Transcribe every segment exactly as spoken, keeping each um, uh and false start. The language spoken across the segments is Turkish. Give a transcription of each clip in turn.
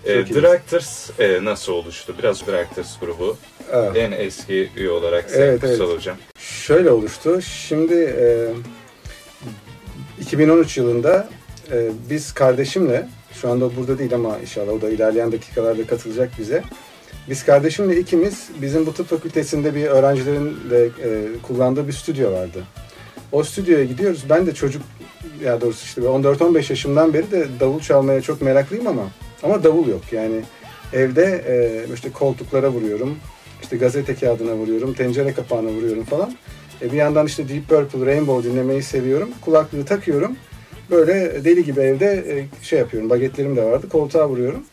E, Dragters e, nasıl oluştu? Biraz Dragters grubu. Evet. En eski üye olarak sen evet, Kutsal evet. Hocam. Şöyle oluştu. Şimdi e, iki bin on üç yılında e, biz kardeşimle, şu anda burada değil ama inşallah o da ilerleyen dakikalarda katılacak bize. Biz kardeşimle ikimiz bizim bu tıp fakültesinde bir öğrencilerin de e, kullandığı bir stüdyo vardı. O stüdyoya gidiyoruz. Ben de çocuk, ya doğrusu işte on dört on beş yaşımdan beri de davul çalmaya çok meraklıyım ama ama davul yok. Yani evde e, işte koltuklara vuruyorum, işte gazete kağıdına vuruyorum, tencere kapağına vuruyorum falan. E, bir yandan işte Deep Purple, Rainbow dinlemeyi seviyorum. Kulaklığı takıyorum. Böyle deli gibi evde e, şey yapıyorum. Bagetlerim de vardı. Koltuğa vuruyorum.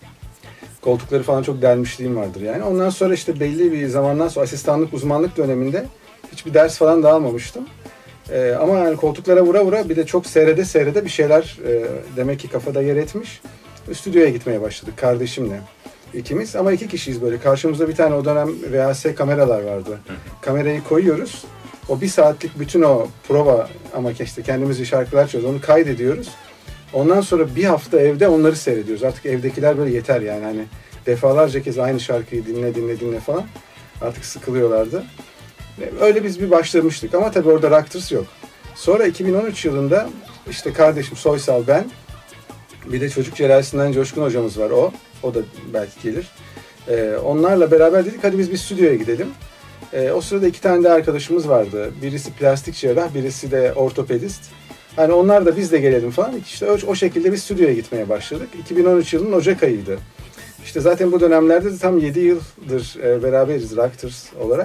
Koltukları falan çok delmişliğim vardır yani. Ondan sonra işte belli bir zamandan sonra asistanlık, uzmanlık döneminde hiçbir ders falan da almamıştım. Ee, ama yani koltuklara vura vura bir de çok seyrede seyrede bir şeyler e, demek ki kafada yer etmiş. Stüdyoya gitmeye başladık kardeşimle ikimiz. Ama iki kişiyiz böyle. Karşımızda bir tane o dönem V H S kameralar vardı. Kamerayı koyuyoruz. O bir saatlik bütün o prova ama işte kendimiz şarkılar çalıyoruz. Onu kaydediyoruz. Ondan sonra bir hafta evde onları seyrediyoruz. Artık evdekiler böyle yeter yani hani defalarca kez aynı şarkıyı dinle dinle dinle falan. Artık sıkılıyorlardı. Öyle biz bir başlamıştık ama tabii orada Dragters yok. Sonra iki bin on üç yılında işte kardeşim Soysal, ben, bir de çocuk cerrahisinden Coşkun hocamız var o. O da belki gelir. Ee, onlarla beraber dedik hadi biz bir stüdyoya gidelim. Ee, o sırada iki tane de arkadaşımız vardı. Birisi plastik cerrah, birisi de ortopedist. Hani onlar da biz de gelelim falan. İşte o, o şekilde biz stüdyoya gitmeye başladık. iki bin on üç yılının Ocak ayıydı. İşte zaten bu dönemlerde de tam yedi yıldır e, beraberiz Dragters olarak.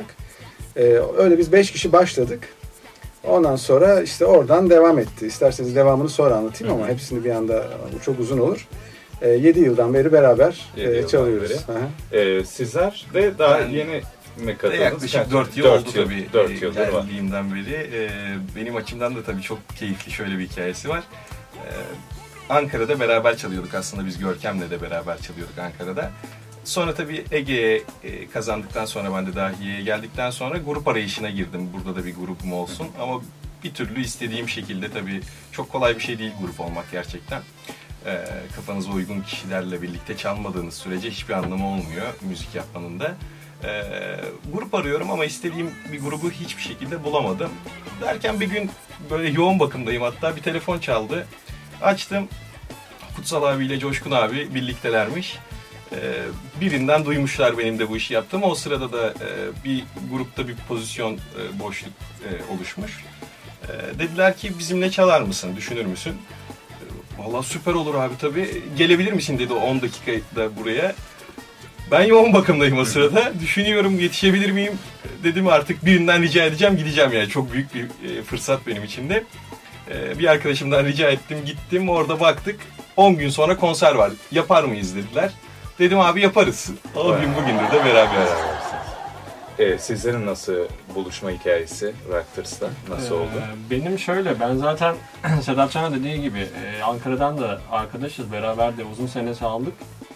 E, öyle biz beş kişi başladık. Ondan sonra işte oradan devam etti. İsterseniz devamını sonra anlatayım ama hepsini bir anda, çok uzun olur. E, yedi yıldan beri beraber e, çalıyoruz. E, sizler de daha ben, yeni mi katıldınız? Yaklaşık dört yıl oldu tabii dört yıl geldiğimden beri. E, benim açımdan da tabii çok keyifli şöyle bir hikayesi var. E, Ankara'da beraber çalıyorduk aslında, biz Görkem'le de beraber çalıyorduk Ankara'da. Sonra tabii Ege'ye e, kazandıktan sonra, ben de Dahiye'ye geldikten sonra grup arayışına girdim. Burada da bir grubum olsun ama bir türlü istediğim şekilde, tabii çok kolay bir şey değil grup olmak gerçekten. E, kafanıza uygun kişilerle birlikte çalmadığınız sürece hiçbir anlamı olmuyor müzik yapmanın da. E, grup arıyorum ama istediğim bir grubu hiçbir şekilde bulamadım. Derken bir gün böyle yoğun bakımdayım, hatta bir telefon çaldı. Açtım, Kutsal abiyle Coşkun abi birliktelermiş. Ee, birinden duymuşlar benim de bu işi yaptığımı. O sırada da e, bir grupta bir pozisyon e, boşluk e, oluşmuş. E, dediler ki bizimle çalar mısın, düşünür müsün? E, Vallahi süper olur abi tabii. Gelebilir misin dedi on dakikada buraya. Ben yoğun bakımdayım o sırada. Düşünüyorum yetişebilir miyim? Dedim artık birinden rica edeceğim, gideceğim yani. Çok büyük bir e, fırsat benim için de. E, bir arkadaşımdan rica ettim, gittim, orada baktık. on gün sonra konser var. Yapar mıyız dediler. Dedim abi yaparız. O gün bugündür de beraberiz. Ee, sizlerin nasıl buluşma hikayesi Dragters'ta? Nasıl oldu? Ee, benim şöyle, ben zaten Sedat Can'a dediği gibi e, Ankara'dan da arkadaşız. Beraber de uzun sene çaldık.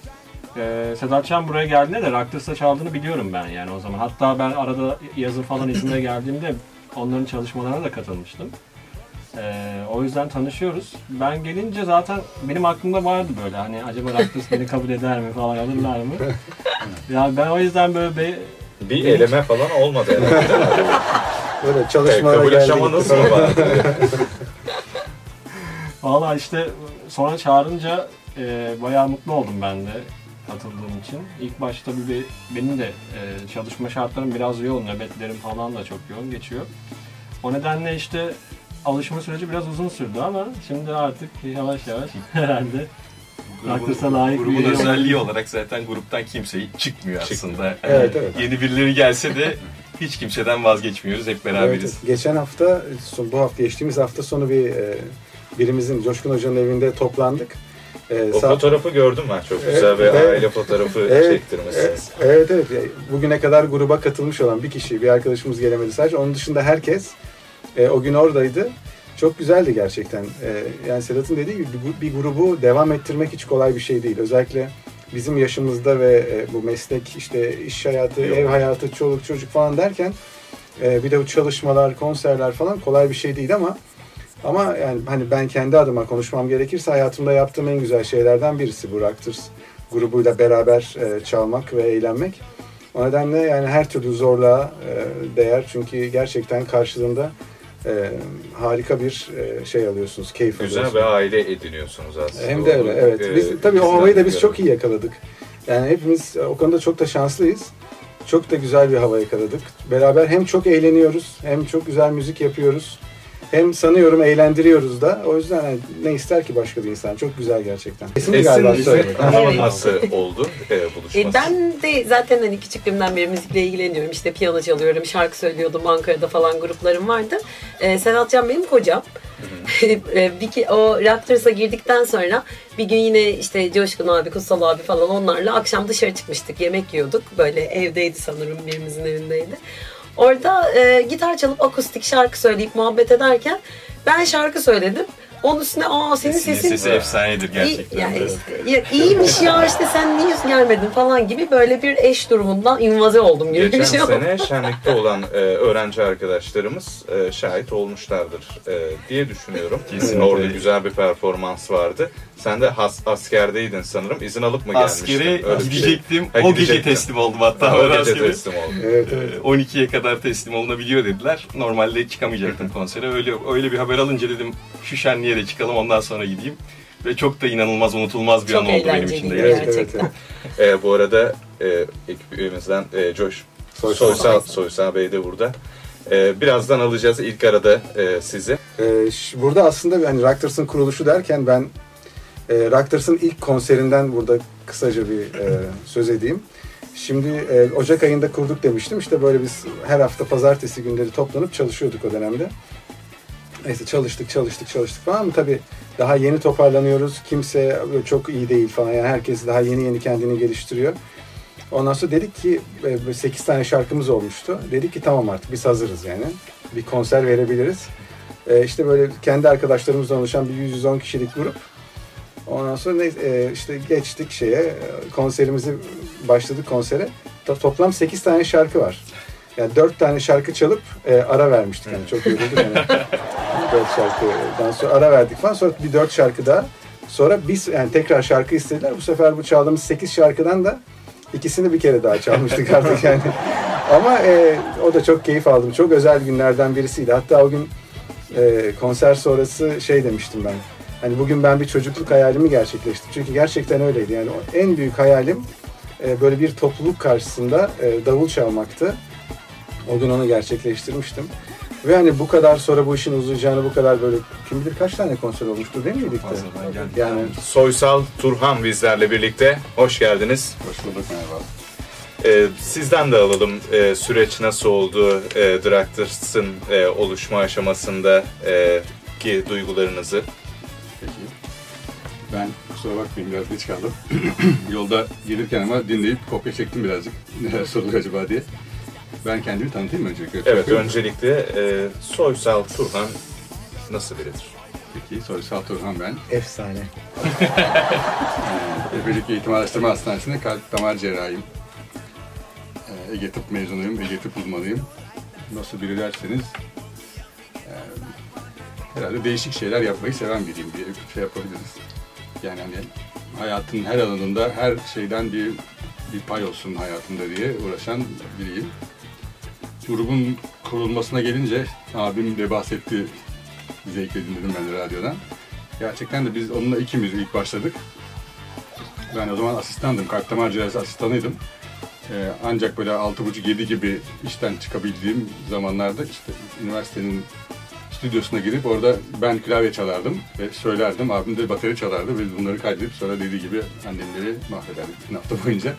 E, Sedat Can buraya geldiğinde de Dragters'ta çaldığını biliyorum ben yani o zaman. Hatta ben arada yazın falan İzmir'e geldiğimde onların çalışmalarına da katılmıştım. Ee, o yüzden tanışıyoruz. Ben gelince zaten benim aklımda vardı böyle hani acaba Dragters beni kabul eder mi falan, alırlar mı? Yani ben o yüzden böyle be, bir benim... eleme falan olmadı herhalde. Böyle çalışmalara kabul aşamanız mı var? Valla işte sonra çağırınca e, bayağı mutlu oldum ben de katıldığım için. İlk başta bir, benim de e, çalışma şartlarım biraz yoğun, nöbetlerim falan da çok yoğun geçiyor. O nedenle işte alışma süreci biraz uzun sürdü ama şimdi artık yavaş yavaş herhalde Dragters'a layık grubun bir özelliği olarak zaten gruptan kimse çıkmıyor aslında. Yani evet, evet. Yeni birileri gelse de hiç kimseden vazgeçmiyoruz, hep beraberiz. Evet, geçen hafta, bu hafta geçtiğimiz hafta sonu bir e, birimizin Coşkun Hoca'nın evinde toplandık. E, o fotoğrafı gördüm ben, çok güzel bir evet, aile fotoğrafı evet, çektirmişsiniz. Evet evet, bugüne kadar gruba katılmış olan bir kişi, bir arkadaşımız gelemedi sadece. Onun dışında herkes e, o gün oradaydı. Çok güzeldi gerçekten. Ee, yani Sedat'ın dediği gibi bir, bir grubu devam ettirmek hiç kolay bir şey değil. Özellikle bizim yaşımızda ve e, bu meslek, işte iş hayatı, Yok. ev hayatı, çoluk çocuk falan derken e, bir de bu çalışmalar, konserler falan kolay bir şey değil ama ama yani hani ben kendi adıma konuşmam gerekirse hayatımda yaptığım en güzel şeylerden birisi bu Dragters. grubuyla beraber e, çalmak ve eğlenmek. O nedenle yani her türlü zorluğa e, değer çünkü gerçekten karşılığında e, harika bir e, şey alıyorsunuz, keyif Güzel alıyorsunuz. Güzel bir aile ediniyorsunuz aslında. Hem de öyle, evet. Biz, ee, tabii o havayı da biz çok iyi yakaladık. Yani hepimiz o konuda çok da şanslıyız. Çok da güzel bir hava yakaladık. Beraber hem çok eğleniyoruz, hem çok güzel müzik yapıyoruz. Hem sanıyorum eğlendiriyoruz da. O yüzden yani ne ister ki başka bir insan? Çok güzel gerçekten. Esin galiba evet. Nasıl oldu e, buluşması? E, ben de zaten hani küçüklüğümden beri müzikle ilgileniyorum. İşte piyano çalıyorum, şarkı söylüyordum. Ankara'da falan gruplarım vardı. E, Sedat Can benim kocam. bir ki, o Raptors'a girdikten sonra bir gün yine işte Coşkun abi, Kutsal abi falan onlarla akşam dışarı çıkmıştık. Yemek yiyorduk. Böyle evdeydi sanırım, birimizin evindeydi. Orada e, gitar çalıp akustik şarkı söyleyip muhabbet ederken ben şarkı söyledim. Onun üstüne aa senin Sesinin sesin... sesi efsanedir gerçekten. İyi, yani işte, ya, iyiymiş ya işte sen niye gelmedin falan gibi böyle bir eş durumundan invaze oldum gibi Geçen bir şey oldu. sene şenlikte olan e, öğrenci arkadaşlarımız e, şahit olmuşlardır e, diye düşünüyorum. Kesin orada güzel bir performans vardı. Sen de has, askerdeydin sanırım. İzin alıp mı gelmiştin? Askere Öyle gidecektim. Şey. Ha, o gece teslim oldum hatta. Ha, o gece teslim oldum. Evet, evet. on ikiye kadar teslim olunabiliyor dediler. Normalde çıkamayacaktım konsere. Öyle öyle bir haber alınca dedim şu şenliğe de çıkalım ondan sonra gideyim. Ve çok da inanılmaz, unutulmaz bir çok an oldu benim için de. Evet, gerçekten. e, bu arada e, ekip üyemizden e, Coş Soysal, Soysal, Soysal Bey de burada. E, birazdan alacağız ilk arada e, sizi. E, burada aslında yani Raptors'ın kuruluşu derken ben e, Raptors'ın ilk konserinden burada kısaca bir e, söz edeyim. Şimdi e, Ocak ayında kurduk demiştim. İşte böyle biz her hafta pazartesi günleri toplanıp çalışıyorduk o dönemde. Neyse çalıştık çalıştık çalıştık falan ama tabii daha yeni toparlanıyoruz. Kimse çok iyi değil falan. Yani herkes daha yeni yeni kendini geliştiriyor. Ondan sonra dedik ki sekiz tane şarkımız olmuştu. Dedik ki tamam artık biz hazırız yani. Bir konser verebiliriz. E, işte böyle kendi arkadaşlarımızla oluşan bir yüz yüz on kişilik grup. Ondan sonra e, işte geçtik şeye konserimizi başladık konsere. Toplam sekiz tane şarkı var. Yani dört tane şarkı çalıp e, ara vermiştik. Yani çok yorulduk yani. dört şarkıdan sonra ara verdik falan. Sonra bir dört şarkı daha. Sonra biz yani tekrar şarkı istediler. Bu sefer bu çaldığımız sekiz şarkıdan da ikisini bir kere daha çalmıştık artık yani. Ama e, o da çok keyif aldım. Çok özel günlerden birisiydi. Hatta o gün e, konser sonrası şey demiştim ben. Hani bugün ben bir çocukluk hayalimi gerçekleştirdim. Çünkü gerçekten öyleydi. Yani en büyük hayalim e, böyle bir topluluk karşısında e, davul çalmaktı. O gün onu gerçekleştirmiştim. Ve hani bu kadar sonra bu işin uzayacağını, bu kadar böyle kim bilir kaç tane konser olmuştu değil mi birlikte? Yani Soysal Turhan bizlerle birlikte. Hoş geldiniz. Hoş bulduk, merhaba. Ee, sizden de alalım. Ee, süreç nasıl oldu? Ee, Raptors'ın e, oluşma aşamasında e, ki duygularınızı. Peki. Ben kusura bakmayın biraz geç kaldım. Yolda gelirken ama dinleyip kopya çektim birazcık. Neler sorulur acaba diye. Ben kendimi tanıtayım mı öncelikle? Evet, öncelikle e, Soysal Turhan nasıl biridir? Peki, Soysal Turhan ben. Efsane. Efelik Eğitim Araştırma Hastanesi'nde kalp damar cerrahiyim. Ege Tıp mezunuyum, Ege Tıp uzmanıyım. Nasıl biri derseniz, e, herhalde değişik şeyler yapmayı seven biriyim diye bir şey yapabiliriz. Yani hani hayatın her alanında her şeyden bir bir pay olsun hayatımda diye uğraşan biriyim. Grubun kurulmasına gelince abim de bahsetti, zevkle dinledim ben de radyodan. Gerçekten de biz onunla ikimiz ilk başladık. Ben o zaman asistandım, kalp damar cerrahisi asistanıydım. Ee, ancak böyle altı buçuk yedi gibi işten çıkabildiğim zamanlarda işte üniversitenin stüdyosuna girip orada ben klavye çalardım ve söylerdim. Abim de bateri çalardı ve bunları kaydedip sonra dediği gibi annemleri mahvederdik bütün hafta boyunca.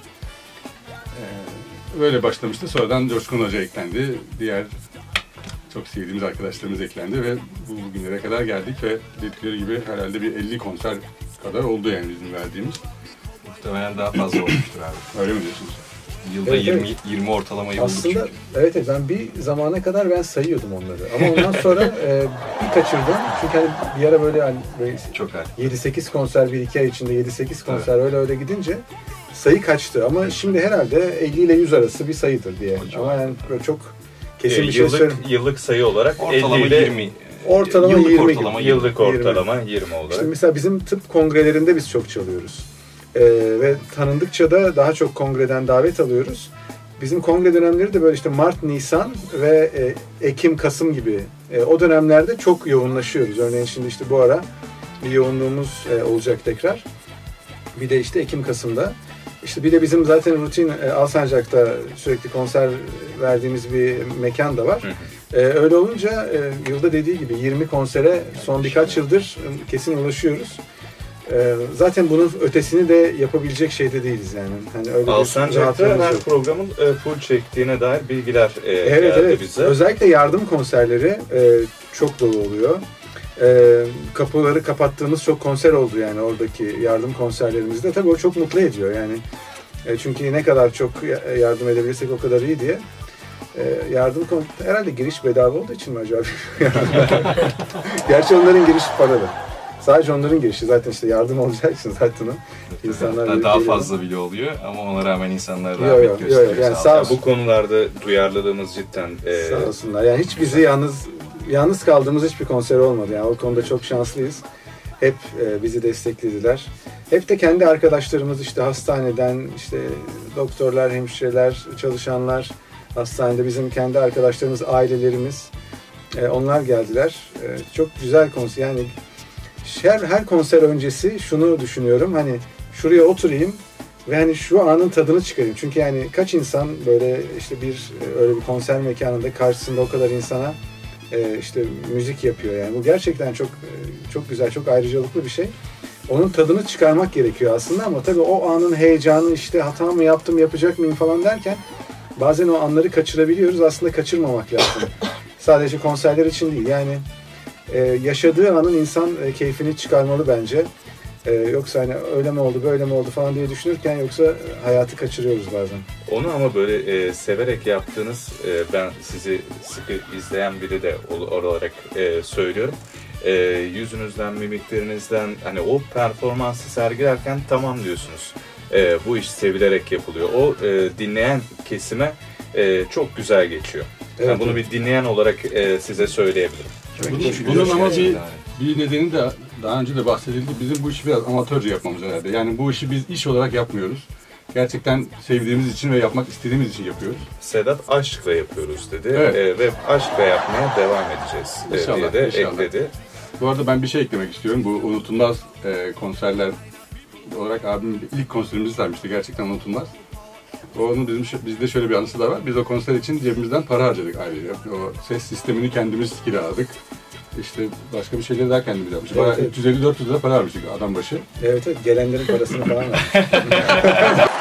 Ee, öyle başlamıştı. Sonradan Coşkun Hoca eklendi. Diğer çok sevdiğimiz arkadaşlarımız eklendi ve bu bugünlere kadar geldik ve dedikleri gibi herhalde bir elli konser kadar oldu yani bizim verdiğimiz. Muhtemelen daha fazla olmuştur abi. Öyle mi diyorsunuz? Yılda evet, yirmi, evet. yirmi ortalamayı bulduk aslında, çünkü. evet, evet ben bir zamana kadar ben sayıyordum onları. Ama ondan sonra e, bir kaçırdım. Çünkü hani bir ara böyle, hani böyle çok yedi sekiz konser bir iki ay içinde yedi sekiz konser evet. öyle öyle gidince sayı kaçtı. Ama şimdi herhalde elli ile yüz arası bir sayıdır diye. Hocam. Ama yani böyle çok kesin e, bir şey yıllık, söyleyeyim. Yıllık sayı olarak ortalama elli ile yirmi. Ortalama yıllık yirmi ortalama, yıllık ortalama yirmi olarak. İşte mesela bizim tıp kongrelerinde biz çok çalıyoruz. E, ve tanındıkça da daha çok kongreden davet alıyoruz. Bizim kongre dönemleri de böyle işte Mart, Nisan ve e, Ekim, Kasım gibi e, o dönemlerde çok yoğunlaşıyoruz. Örneğin şimdi işte bu ara bir yoğunluğumuz e, olacak tekrar. Bir de işte Ekim, Kasım'da. İşte bir de bizim zaten rutin e, Alsancak'ta sürekli konser verdiğimiz bir mekan da var. E, öyle olunca e, yılda dediği gibi yirmi konsere son birkaç yıldır e, kesin ulaşıyoruz. E, zaten bunun ötesini de yapabilecek şeyde değiliz yani. Hani öyle Alsancak'ta her programın e, full çektiğine dair bilgiler e, evet, geldi evet. bize. Özellikle yardım konserleri e, çok dolu oluyor. E, kapıları kapattığımız çok konser oldu yani oradaki yardım konserlerimizde. Tabii o çok mutlu ediyor yani. E, çünkü ne kadar çok yardım edebilirsek o kadar iyi diye. E, yardım kon- herhalde giriş bedava olduğu için mi acaba? Gerçi onların girişi paralı. Sadece onların girişi zaten işte yardım olacağı için zaten o. İnsanlar daha, daha geliyor. fazla bile oluyor ama ona rağmen insanlar Yo, rağbet yo, gösteriyor. yo, yani sağ sağ- olsun. Bu konularda duyarlılığımız cidden e, Sağ olsunlar. Yani hiç bizi yalnız yalnız kaldığımız hiçbir konser olmadı. Yani o konuda çok şanslıyız. Hep e, bizi desteklediler. Hep de kendi arkadaşlarımız işte hastaneden işte doktorlar, hemşireler, çalışanlar hastanede bizim kendi arkadaşlarımız, ailelerimiz e, onlar geldiler. E, çok güzel konser. Yani her her konser öncesi şunu düşünüyorum. Hani şuraya oturayım ve hani şu anın tadını çıkarayım. Çünkü yani kaç insan böyle işte bir öyle bir konser mekanında karşısında o kadar insana e, işte müzik yapıyor yani. Bu gerçekten çok çok güzel, çok ayrıcalıklı bir şey. Onun tadını çıkarmak gerekiyor aslında ama tabii o anın heyecanı işte hata mı yaptım, yapacak mıyım falan derken bazen o anları kaçırabiliyoruz. Aslında kaçırmamak lazım. Sadece konserler için değil. Yani e, yaşadığı anın insan e, keyfini çıkarmalı bence. Ee, yoksa hani öyle mi oldu böyle mi oldu falan diye düşünürken yoksa hayatı kaçırıyoruz bazen. Onu ama böyle e, severek yaptığınız e, ben sizi sıkı izleyen biri de ol, olarak e, söylüyorum. E, yüzünüzden, mimiklerinizden hani o performansı sergilerken tamam diyorsunuz. E, bu iş sevilerek yapılıyor. O e, dinleyen kesime e, çok güzel geçiyor. Evet, yani bunu evet. bir dinleyen olarak e, size söyleyebilirim. Bunun, bunun ama bir, bir nedeni de daha önce de bahsedildi. Bizim bu işi biraz amatörce yapmamız herhalde. Yani bu işi biz iş olarak yapmıyoruz. Gerçekten sevdiğimiz için ve yapmak istediğimiz için yapıyoruz. Sedat aşkla yapıyoruz dedi Evet. e, ve aşkla yapmaya devam edeceğiz e, İnşallah, diye de inşallah. ekledi. Bu arada ben bir şey eklemek istiyorum. Bu unutulmaz e, konserler olarak abim ilk konserimizi vermişti. Gerçekten unutulmaz. Onun bizim bizde şöyle bir anısı da var. Biz o konser için cebimizden para harcadık ayrıca. O ses sistemini kendimiz kiraladık. İşte başka bir şeyleri daha kendimiz yapmıştık. Evet, Bayağı evet. üç yüz elli dört yüz lira para vermiştik adam başı. Evet, evet gelenlerin parasını falan ver.